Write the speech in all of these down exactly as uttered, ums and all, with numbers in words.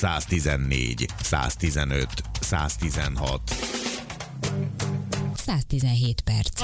száztizennégy, száztizenöt, száztizenhat. száztizenhét perc.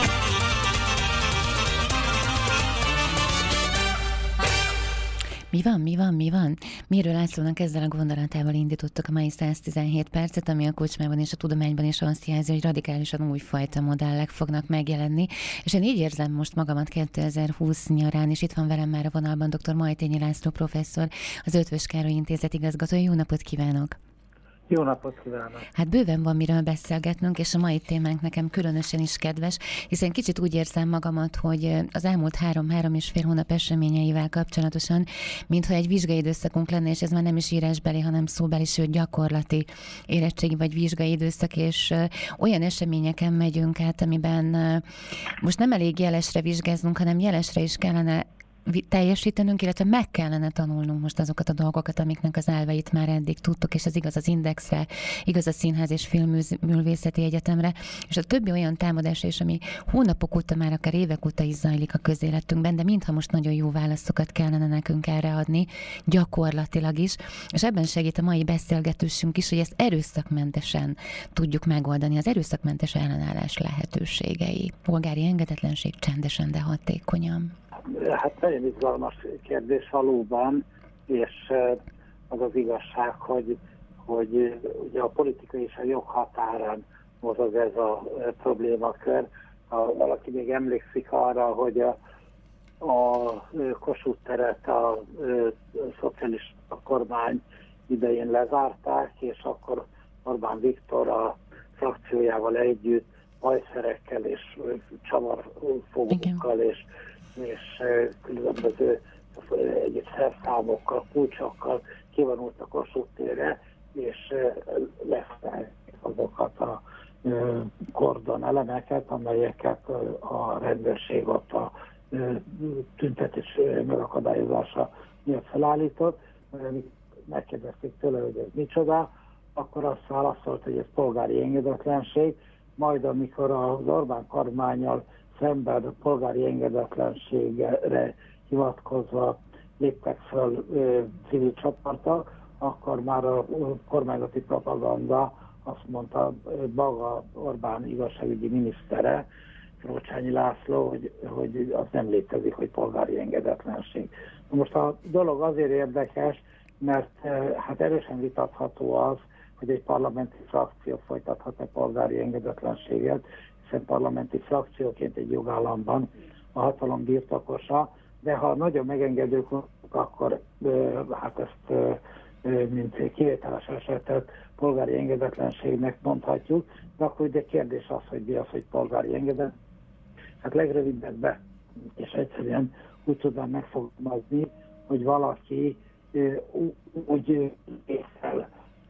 Mi van, mi van, mi van? Miről Lászlónak ezzel a gondolatával indítottak a mai száztizenhét percet, ami a kocsmában és a tudományban is azt jelzi, hogy radikálisan újfajta modellek fognak megjelenni. És én így érzem most magamat kétezer-húsz nyarán, és itt van velem már a vonalban dr. Majtényi László professzor, az Eötvös Károly Intézet igazgatója. Jó napot kívánok! Jó napot kívánok! Hát bőven van miről beszélgetnünk, és a mai témánk nekem különösen is kedves, hiszen kicsit úgy érzem magamat, hogy az elmúlt három-három és fél hónap eseményeivel kapcsolatosan, mintha egy vizsgai időszakunk lenne, és ez már nem is írásbeli, hanem szóbeli, sőt gyakorlati érettségi vagy vizsgai időszak, és olyan eseményeken megyünk át, amiben most nem elég jelesre vizsgáznunk, hanem jelesre is kellene teljesítenünk, illetve meg kellene tanulnunk most azokat a dolgokat, amiknek az elveit már eddig tudtuk, és ez igaz az Indexre, igaz a Színház és Filmművészeti Egyetemre, és a többi olyan támadásra is, ami hónapok óta, már akár évek óta is zajlik a közéletünkben, de mintha most nagyon jó válaszokat kellene nekünk erre adni, gyakorlatilag is, és ebben segít a mai beszélgetésünk is, hogy ezt erőszakmentesen tudjuk megoldani, az erőszakmentes ellenállás lehetőségei. Polgári engedetlenség csendesen, de hatékonyan. Hát nagyon izgalmas kérdés valóban, és az az igazság, hogy, hogy ugye a politika és a jog határán mozog ez a problémakör. Ha valaki még emlékszik arra, hogy a, a Kossuth teret a, a szocialista kormány idején lezárták, és akkor Orbán Viktor a frakciójával együtt bajszerekkel és csavarfogókkal és és különböző egyéb szerszámokkal, kulcsokkal kivonult a Kossuth térre, és lesznek azokat a kordon elemeket, amelyeket a rendőrség ott a tüntetés megakadályozása miatt felállított. Megkérdezték tőle, hogy ez micsoda, akkor azt válaszolt, hogy ez polgári engedetlenség, majd amikor az Orbán kormánnyal szemben a polgári engedetlenségre hivatkozva léptek föl ö, civil csoportok, akkor már a kormányzati propaganda azt mondta, maga Orbán igazságügyi minisztere, Rócsányi László, hogy, hogy az nem létezik, hogy polgári engedetlenség. Most a dolog azért érdekes, mert hát erősen vitatható az, hogy egy parlamenti frakció folytathat-e polgári engedetlenséget, hiszen parlamenti frakcióként egy jogállamban a hatalom birtokosa, de ha nagyon megengedők, akkor hát ezt mint kivételes esetet polgári engedetlenségnek mondhatjuk, de akkor ugye kérdés az, hogy mi az, hogy polgári engedet. Hát legrövidebben és egyszerűen úgy tudom megfogalmazni, hogy valaki úgy észre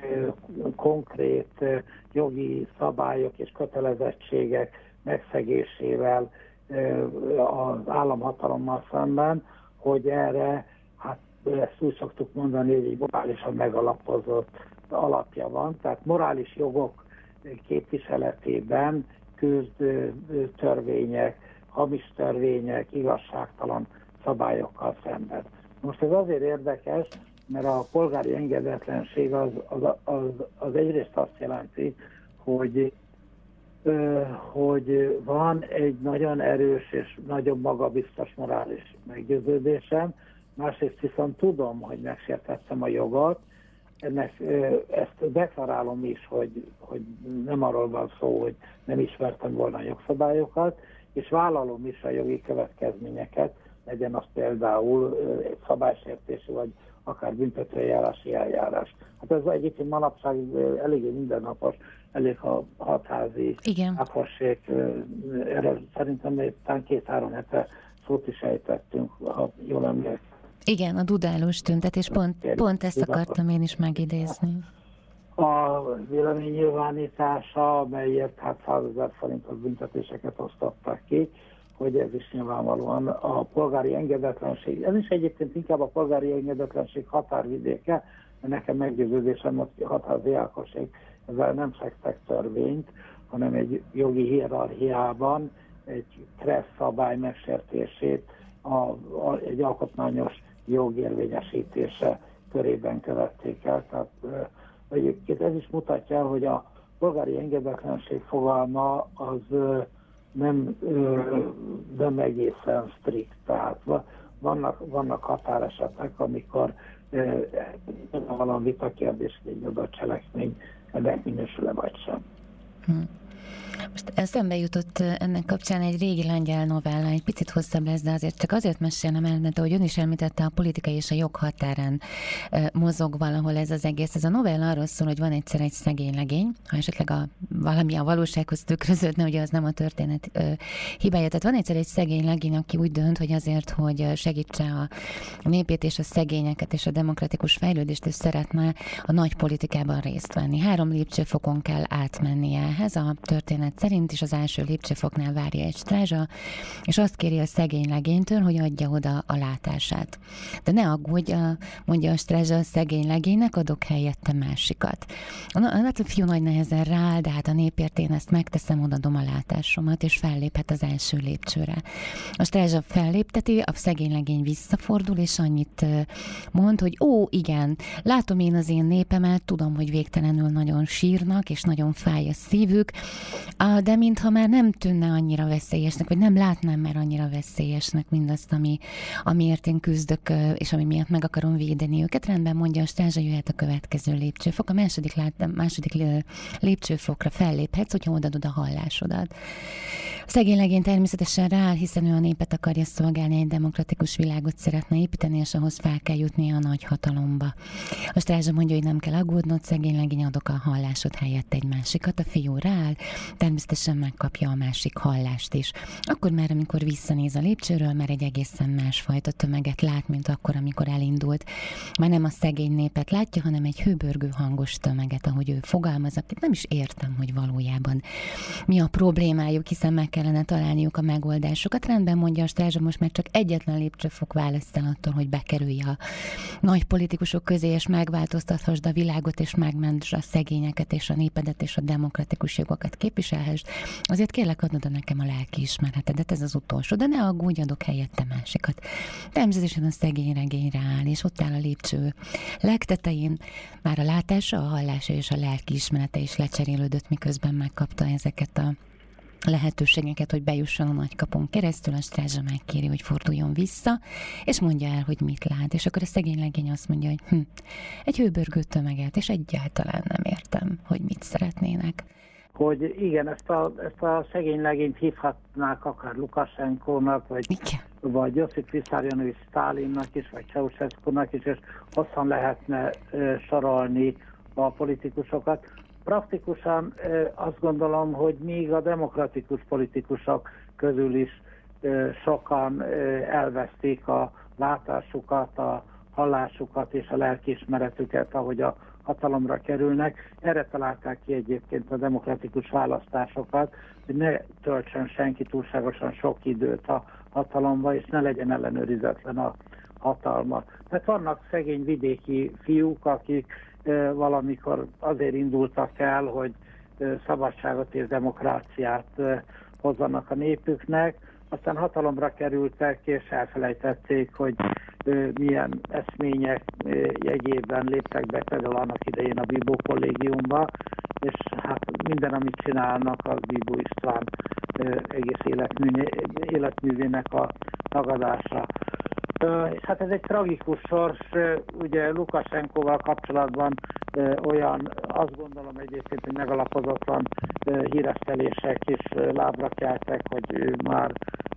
konkrét jogi szabályok és kötelezettségek megszegésével az államhatalommal szemben, hogy erre, hát ezt úgy szoktuk mondani, hogy egy morálisan megalapozott alapja van. Tehát morális jogok képviseletében küzd törvények, hamis törvények, igazságtalan szabályokkal szemben. Most ez azért érdekes, mert a polgári engedetlenség az, az, az, az egyrészt azt jelenti, hogy, ö, hogy van egy nagyon erős és nagyon magabiztos morális meggyőződésem, másrészt viszont tudom, hogy megsértettem a jogot, ennek, ö, ezt deklarálom is, hogy, hogy nem arról van szó, hogy nem ismertem volna a jogszabályokat, és vállalom is a jogi következményeket, legyen az például egy szabálysértési vagy akár büntetőeljárási eljárás. Hát ez egyébként manapság eléggé mindennapos, elég a hatházi áphassék, erről szerintem talán két-három hete szót is ejtettünk, ha jól emlékszem. Igen, a dudálós tüntetés, pont, pont ezt akartam én is megidézni. A véleménynyilvánítása, amelyért hát százezer forintos büntetéseket osztottak ki, hogy ez is nyilvánvalóan a polgári engedetlenség. Ez is egyébként inkább a polgári engedetlenség határvidéke, mert nekem meggyőződésem, hogy a hatházi áphassék ezzel nem szegtek törvényt, hanem egy jogi hierarchiában egy kressz szabály megsértését a, a, egy alkotmányos jog érvényesítése körében követték el. Tehát egyébként ez is mutatja, hogy a polgári engedetlenség fogalma az nem, nem egészen strikt. Tehát vannak, vannak határesetek, amikor valami vita kérdés, hogy a cselekmény ennek minősül-e vagy sem. Hmm. Most eszembe jutott ennek kapcsán egy régi lengyel novella, egy picit hosszabb lesz, de azért csak azért mesélnem el, mert ahogy ön is említette, a politika és a jog határán mozog valahol ez az egész. Ez a novella arról szól, hogy van egyszer egy szegény legény, ha esetleg a, valami a valósághoz tükröződne, ugye az nem a történet ö, hibája. Tehát van egyszer egy szegény legény, aki úgy dönt, hogy azért, hogy segítse a népét és a szegényeket és a demokratikus fejlődést, és szeretne a nagy politikában részt venni. Három lépcsőfokon kell átmennie ehhez a történet szerint is. Az első lépcsőfoknál várja egy strázsa, és azt kéri a szegény legénytől, hogy adja oda a látását. De ne aggódj, mondja a strázsa a szegény legénynek, adok helyette másikat. Hát a fiú nagy nehezen rááll, de hát a népért én ezt megteszem, odadom a látásomat, és felléphet az első lépcsőre. A strázsa fellépteti, a szegény legény visszafordul, és annyit mond, hogy ó, igen, látom én az én népemet, tudom, hogy végtelenül nagyon sírnak, és nagyon fáj a szívük, de mintha már nem tűnne annyira veszélyesnek, vagy nem látnám már annyira veszélyesnek mindazt, ami, amiért én küzdök, és ami miatt meg akarom védeni őket. Rendben, mondja a strázsa, jöhet a következő lépcsőfok. A második, lát, második lépcsőfokra felléphetsz, hogyha odadod a hallásodat. A szegény legény természetesen rááll, hiszen ő a népet akarja szolgálni, egy demokratikus világot szeretne építeni, és ahhoz fel kell jutnia a nagy hatalomba. A strázsa mondja, hogy nem kell aggódnod, szegény legény, adok a hallásod helyett egy másikat. A fiú rááll, természetesen megkapja a másik hallást is. Akkor már, amikor visszanéz a lépcsőről, már egy egészen másfajta tömeget lát, mint akkor, amikor elindult. Már nem a szegény népet látja, hanem egy hőbörgő hangos tömeget, ahogy ő fogalmaz, akit nem is értem, hogy valójában mi a problémájuk, hiszen meg kellene találniuk a megoldásokat. Rendben, mondja a strázsa, most már csak egyetlen lépcsőfok választ el attól, hogy bekerülj a nagy politikusok közé, és megváltoztathasd a világot, és megmentsd a szegényeket, és a népedet, és a demokratikus jogokat képviselhessd. Azért kérlek, adod nekem a lelkiismeretedet, ez az utolsó, de ne aggódj, adok helyette másikat. Természetesen a szegény regény rááll, és ott áll a lépcső legtetején. Már a látása, a hallása és a lelkiismerete is lecserélődött, miközben megkapta ezeket a lehetőségeket, hogy bejusson a nagykapun keresztül. A strázsa megkéri, hogy forduljon vissza, és mondja el, hogy mit lát. És akkor a szegény legény azt mondja, hogy hm, egy hőbörgő tömeget, és egyáltalán nem értem, hogy mit szeretnének. Hogy igen, ezt a, ezt a szegény legényt hívhatnák akár Lukasenkónak, vagy, vagy Josip Vissarionovics Sztálinnak is, vagy Ceausescunak is, és hosszan lehetne e, sorolni a politikusokat. Praktikusan e, azt gondolom, hogy még a demokratikus politikusok közül is e, sokan e, elveszték a látásukat, a hallásukat és a lelkiismeretüket, ahogy a hatalomra kerülnek. Erre találták ki egyébként a demokratikus választásokat, hogy ne töltsön senki túlságosan sok időt a hatalomba, és ne legyen ellenőrizetlen a hatalma. Tehát vannak szegény vidéki fiúk, akik e, valamikor azért indultak el, hogy e, szabadságot és demokráciát e, hozzanak a népüknek, aztán hatalomra kerültek, és elfelejtették, hogy ö, milyen eszmények ö, jegyében léptek be például annak idején a Bibó kollégiumba, és hát minden, amit csinálnak, az Bibó István ö, egész életmű, életművének a tagadása. Ö, és hát ez egy tragikus sors, ö, ugye Lukasenkóval kapcsolatban ö, olyan, azt gondolom egyébként, hogy megalapozatlan ö, híresztelések is ö, lábra keltek, hogy ő már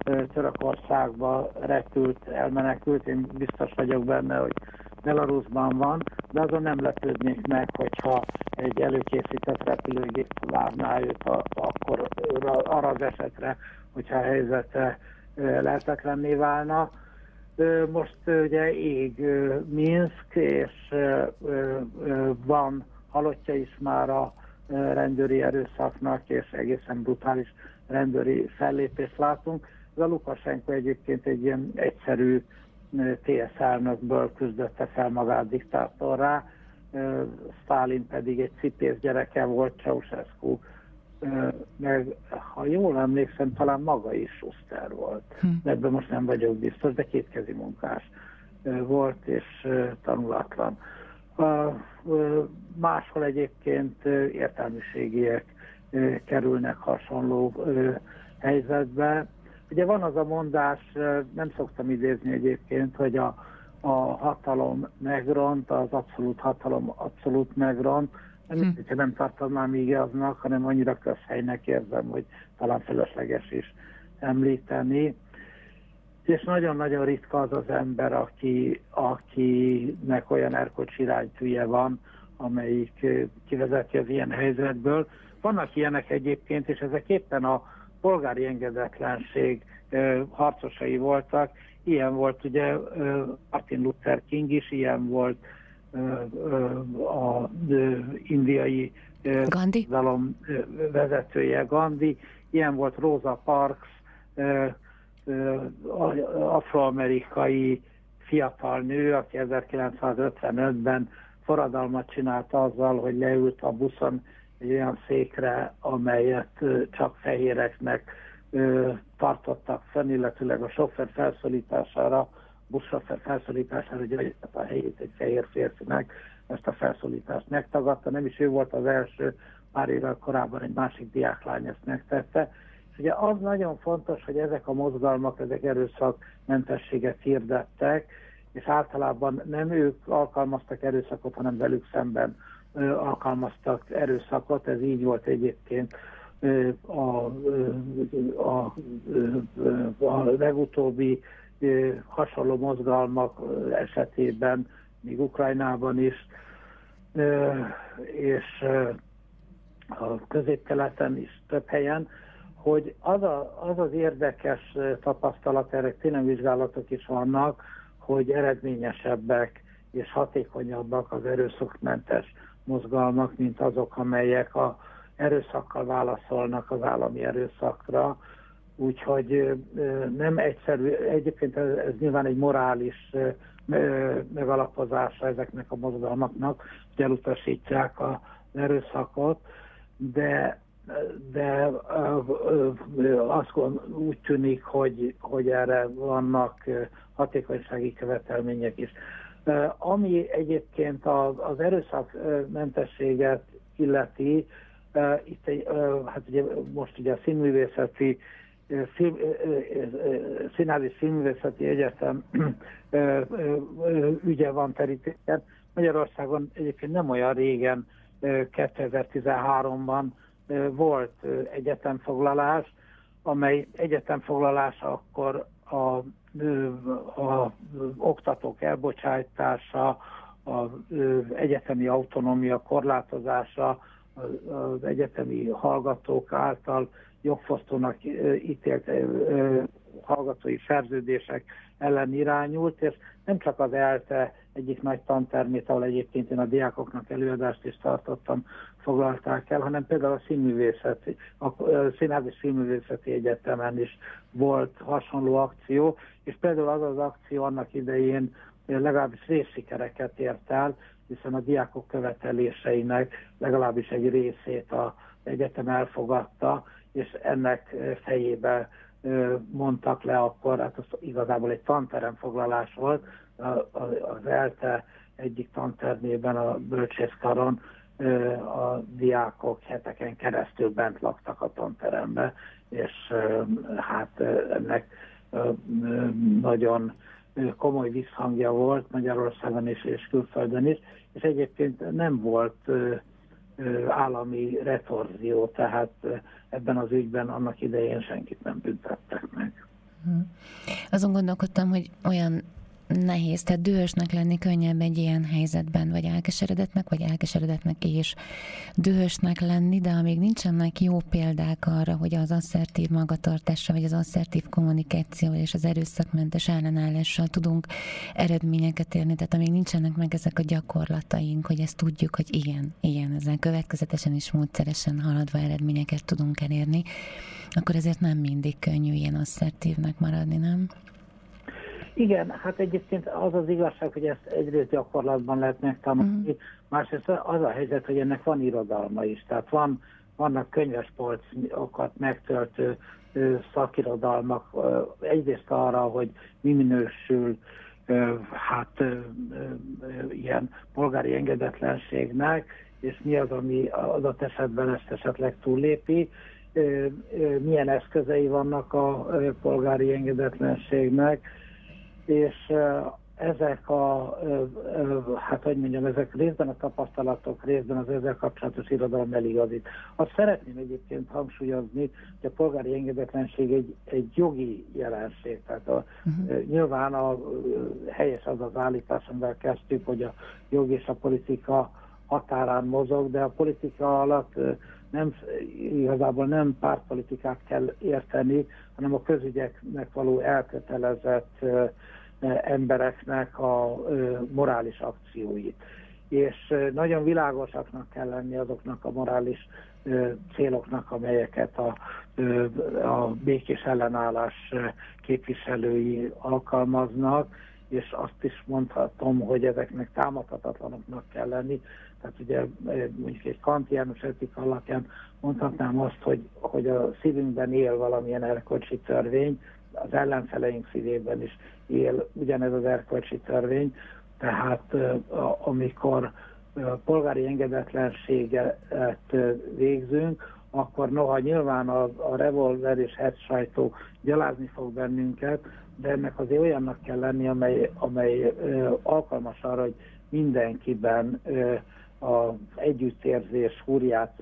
Törökországba repült, elmenekült, én biztos vagyok benne, hogy Belarusban van, de azon nem lepődnék meg, hogyha egy előkészített repülőgép várná őt a, akkor arra az esetre, hogyha a helyzete lehetetlenné válna. Most ugye ég Minszk, és van halottja is már a rendőri erőszaknak, és egészen brutális rendőri fellépést látunk. Ez a Lukasenko egyébként egy ilyen egyszerű té es elnökből küzdötte fel magát diktátorrá, Sztálin pedig egy cipész gyereke volt, Ceausescu, meg ha jól emlékszem, talán maga is Schuster volt. Hm. Ebben most nem vagyok biztos, de kétkezi munkás. volt és tanulatlan. Máshol egyébként értelmiségiek kerülnek hasonló helyzetbe. Ugye van az a mondás, nem szoktam idézni egyébként, hogy a, a hatalom megront, az abszolút hatalom abszolút megront. Nem, hm. hogyha nem tartanám igaznak, hanem annyira közhelynek érzem, hogy talán felesleges is említeni. És nagyon-nagyon ritka az az ember, aki, akinek olyan erkölcsi iránytűje van, amelyik kivezeti az ilyen helyzetből. Vannak ilyenek egyébként, és ezek éppen a polgári engedetlenség harcosai voltak. Ilyen volt ugye Martin Luther King is, ilyen volt az indiai társadalom vezetője Gandhi, ilyen volt Rosa Parks, afroamerikai fiatal nő, aki ezerkilencszázötvenötben forradalmat csinált azzal, hogy leült a buszon egy olyan székre, amelyet csak fehéreknek tartottak fenn, illetőleg a sofőr felszólítására, buszsofőr felszólítására, hogy adja a helyét egy fehér férfinek, ezt a felszólítást megtagadta. Nem is ő volt az első, pár évvel korábban egy másik diáklány ezt megtette. És ugye az nagyon fontos, hogy ezek a mozgalmak, ezek erőszakmentességet hirdettek, és általában nem ők alkalmaztak erőszakot, hanem velük szemben ö, alkalmaztak erőszakot. Ez így volt egyébként ö, a, ö, a, ö, a legutóbbi ö, hasonló mozgalmak esetében, még Ukrajnában is, ö, és ö, a Közép-Keleten is több helyen, hogy az, a, az az érdekes tapasztalat, erre tényleg vizsgálatok is vannak, hogy eredményesebbek és hatékonyabbak az erőszakmentes mozgalmak, mint azok, amelyek a erőszakkal válaszolnak az állami erőszakra. Úgyhogy nem egyszerű, egyébként ez, ez nyilván egy morális megalapozása ezeknek a mozgalmaknak, hogy elutasítják az erőszakot, de de azt úgy tűnik, hogy, hogy erre vannak hatékonysági követelmények is. Ami egyébként az erőszakmentességet illeti, itt egy, hát ugye most ugye a színművészeti Film, Színházi Színművészeti Egyetem ügye van terítéken. Magyarországon egyébként nem olyan régen, kétezer-tizenháromban volt egyetemfoglalás, amely egyetemfoglalás akkor a, a, a oktatók elbocsájtása, az egyetemi autonómia korlátozása, az egyetemi hallgatók által jogfosztónak ítélt hallgatói szerződések ellen irányult, és nem csak az ELTE egyik nagy tantermét, ahol egyébként én a diákoknak előadást is tartottam, foglalták el, hanem például a színművészeti, a Színházi Színművészeti Egyetemen is volt hasonló akció, és például az az akció annak idején legalábbis részsikereket ért el, hiszen a diákok követeléseinek legalábbis egy részét az egyetem elfogadta, és ennek fejébe mondtak le akkor, hát az igazából egy tanteremfoglalás volt, az ELTE egyik tantermében, a bölcsészkaron a diákok heteken keresztül bent laktak a tanterembe, és hát ennek nagyon komoly visszhangja volt Magyarországon is és külföldön is, és egyébként nem volt állami retorzió, tehát ebben az ügyben annak idején senkit nem büntettek meg. Azon gondolkodtam, hogy olyan nehéz, tehát dühösnek lenni könnyebb egy ilyen helyzetben, vagy elkeseredetnek, vagy elkeseredetnek és dühösnek lenni, de amíg nincsenek jó példák arra, hogy az asszertív magatartásra, vagy az asszertív kommunikációval és az erőszakmentes ellenállással tudunk eredményeket érni, tehát amíg nincsenek meg ezek a gyakorlataink, hogy ezt tudjuk, hogy igen, igen, ezzel következetesen és módszeresen haladva eredményeket tudunk elérni, akkor ezért nem mindig könnyű ilyen asszertívnek maradni, nem? Igen, hát egyébként az az igazság, hogy ezt egyrészt gyakorlatban lehet megtanulni, mm. másrészt az a helyzet, hogy ennek van irodalma is, tehát van, vannak könyvespolcokat megtöltő szakirodalmak, egyrészt arra, hogy mi minősül hát ilyen polgári engedetlenségnek, és mi az, ami adott esetben ezt esetleg túllépi, milyen eszközei vannak a polgári engedetlenségnek, és ezek a, hát hogy mondjam, ezek részben a tapasztalatok, részben az ezzel kapcsolatos irodalom eligazít. Azt szeretném egyébként hangsúlyozni, hogy a polgári engedetlenség egy, egy jogi jelenség. Tehát a, uh-huh. nyilván a helyes az az állítás, amivel kezdtük, hogy a jog és a politika határán mozog, de a politika alatt nem, igazából nem pártpolitikát kell érteni, hanem a közügyeknek való elkötelezett embereknek a morális akcióit. És nagyon világosaknak kell lenni azoknak a morális céloknak, amelyeket a, a békés ellenállás képviselői alkalmaznak, és azt is mondhatom, hogy ezeknek támadhatatlanoknak kell lenni. Tehát ugye mondjuk egy kantiánus etika alapján mondhatnám azt, hogy, hogy a szívünkben él valamilyen erkölcsi törvény, az ellenfeleink szívében is él ugyanez az erkölcsi törvény, tehát amikor polgári engedetlenséget végzünk, akkor noha nyilván a, a revolver és head sajtó gyalázni fog bennünket, de ennek azért olyannak kell lenni, amely, amely alkalmas arra, hogy mindenkiben az együttérzés húrját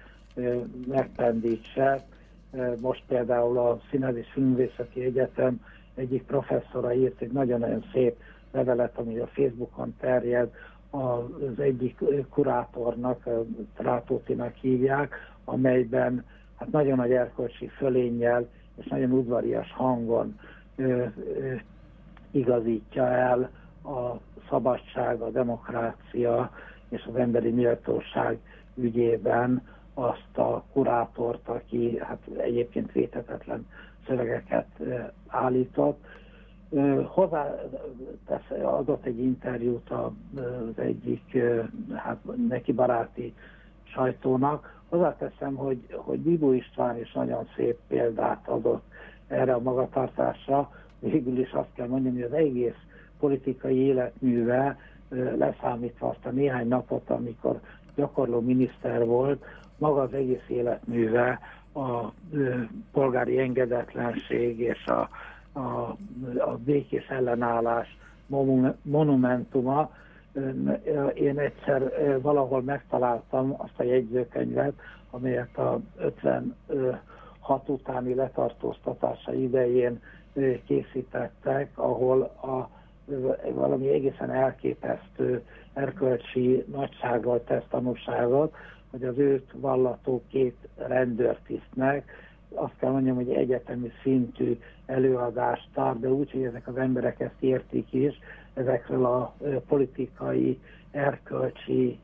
megpendítse. Most például a Színház és Filmművészeti Egyetem egyik professzora írt egy nagyon-nagyon szép levelet, ami a Facebookon terjed, az egyik kurátornak, Rátótinak hívják, amelyben hát nagyon nagy erkölcsi fölénnyel és nagyon udvarias hangon ö, ö, igazítja el a szabadság, a demokrácia és az emberi méltóság ügyében azt a kurátort, aki hát egyébként vétetetlen szövegeket állított. Hozzá tesz, adott egy interjút az egyik hát neki baráti sajtónak. Hozzáteszem, hogy, hogy Bibó István is nagyon szép példát adott erre a magatartásra. Végül is azt kell mondani, hogy az egész politikai életműve, leszámítva azt a néhány napot, amikor gyakorló miniszter volt, maga az egész életműve a polgári engedetlenség és a, a, a békés ellenállás monumentuma. Én egyszer valahol megtaláltam azt a jegyzőkönyvet, amelyet a ötvenhat utáni letartóztatása idején készítettek, ahol a valami egészen elképesztő erkölcsi nagysággal tesz tanúságot, hogy az őt vallató két rendőrtisztnek, azt kell mondjam, hogy egyetemi szintű előadást tart, de úgy, hogy ezek az emberek ezt értik is, ezekről a politikai, erkölcsi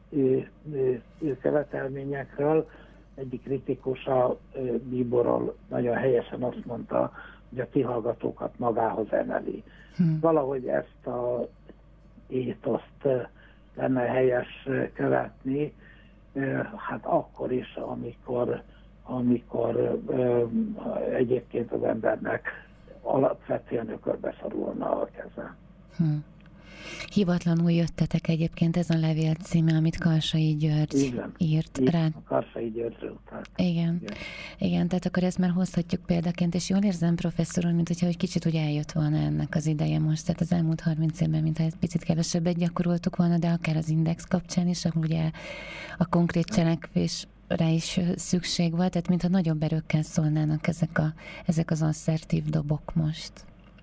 követelményekről. Egyik kritikus a Bíborról nagyon helyesen azt mondta, hogy a kihallgatókat magához emeli. Hmm. Valahogy ezt a étoszt lenne helyes követni, hát akkor is, amikor, amikor egyébként az embernek alapvetően ökörbe szorulna a keze. Hmm. Hivatlanul jöttetek egyébként, ez a levél címe, amit Karsai György igen, írt rá. Karsai Györgyről. Igen. igen. Igen, tehát akkor ezt már hozhatjuk példaként, és jól érzem, professzor úr, mint hogyha egy kicsit úgy eljött volna ennek az ideje most, tehát az elmúlt harminc évben, mintha egy picit kevesebbet gyakoroltuk volna, de akár az Index kapcsán is, ahol ugye a konkrét cselekvésre is szükség volt, tehát mintha nagyobb erőkkel szólnának ezek, a, ezek az asszertív dobok most.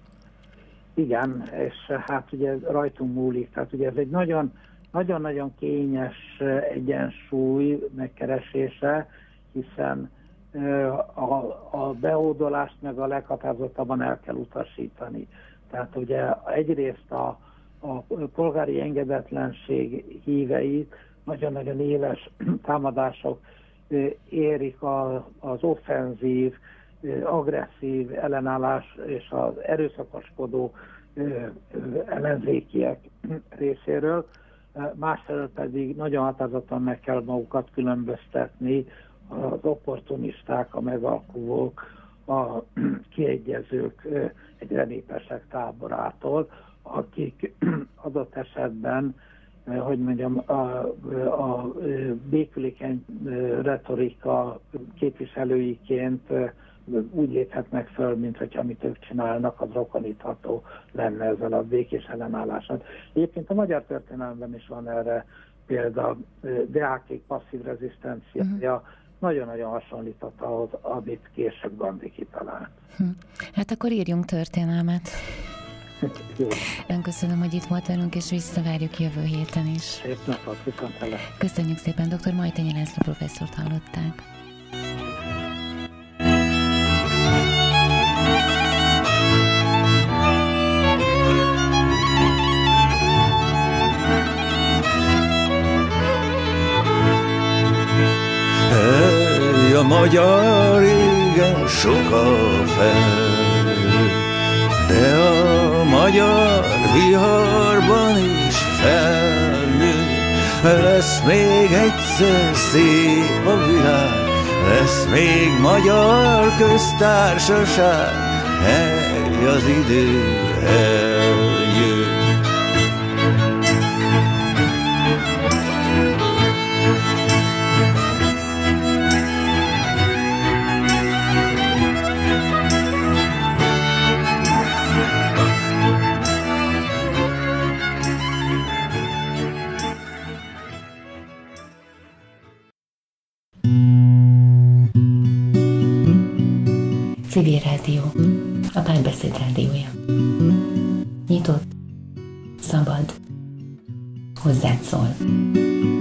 Igen, és hát ugye rajtunk múlik, tehát ugye ez egy nagyon, nagyon-nagyon kényes egyensúly megkeresése, hiszen a, a behódolást meg a leghatározottabban el kell utasítani. Tehát ugye egyrészt a, a polgári engedetlenség híveit nagyon-nagyon éles támadások érik a, az offenzív, agresszív ellenállás és az erőszakoskodó ellenzékiek részéről, másfelől pedig nagyon határozottan meg kell magukat különböztetni az opportunisták, a megalkuvók, a kiegyezők, egyre népesek táborától, akik adott esetben, hogy mondjam, a, a békülékeny retorika képviselőiként úgy léphetnek föl, mint hogy amit ők csinálnak, az rokonítható lenne ezzel a békés ellenállással. Egyébként a magyar történelemben is van erre példa, Deákék passzív rezisztenciája uh-huh. nagyon-nagyon hasonlított ahhoz, amit később Gandhi kitalált. Hm. Hát akkor írjunk történelmet. Jó. Ön köszönöm, hogy itt volt velünk, és visszavárjuk jövő héten is. Szép napot, viszontlátásra. Köszönjük szépen, dr. Majtényi László professzort hallották. Hey, a magyar égen sok a felhő, de a magyar viharban is felnő. Lesz még egyszer szép a világ, lesz még magyar köztársaság, hely, az idő eljön. Civil Rádió, a Párbeszéd rádiója. Nyitott, szabad, hozzád szól.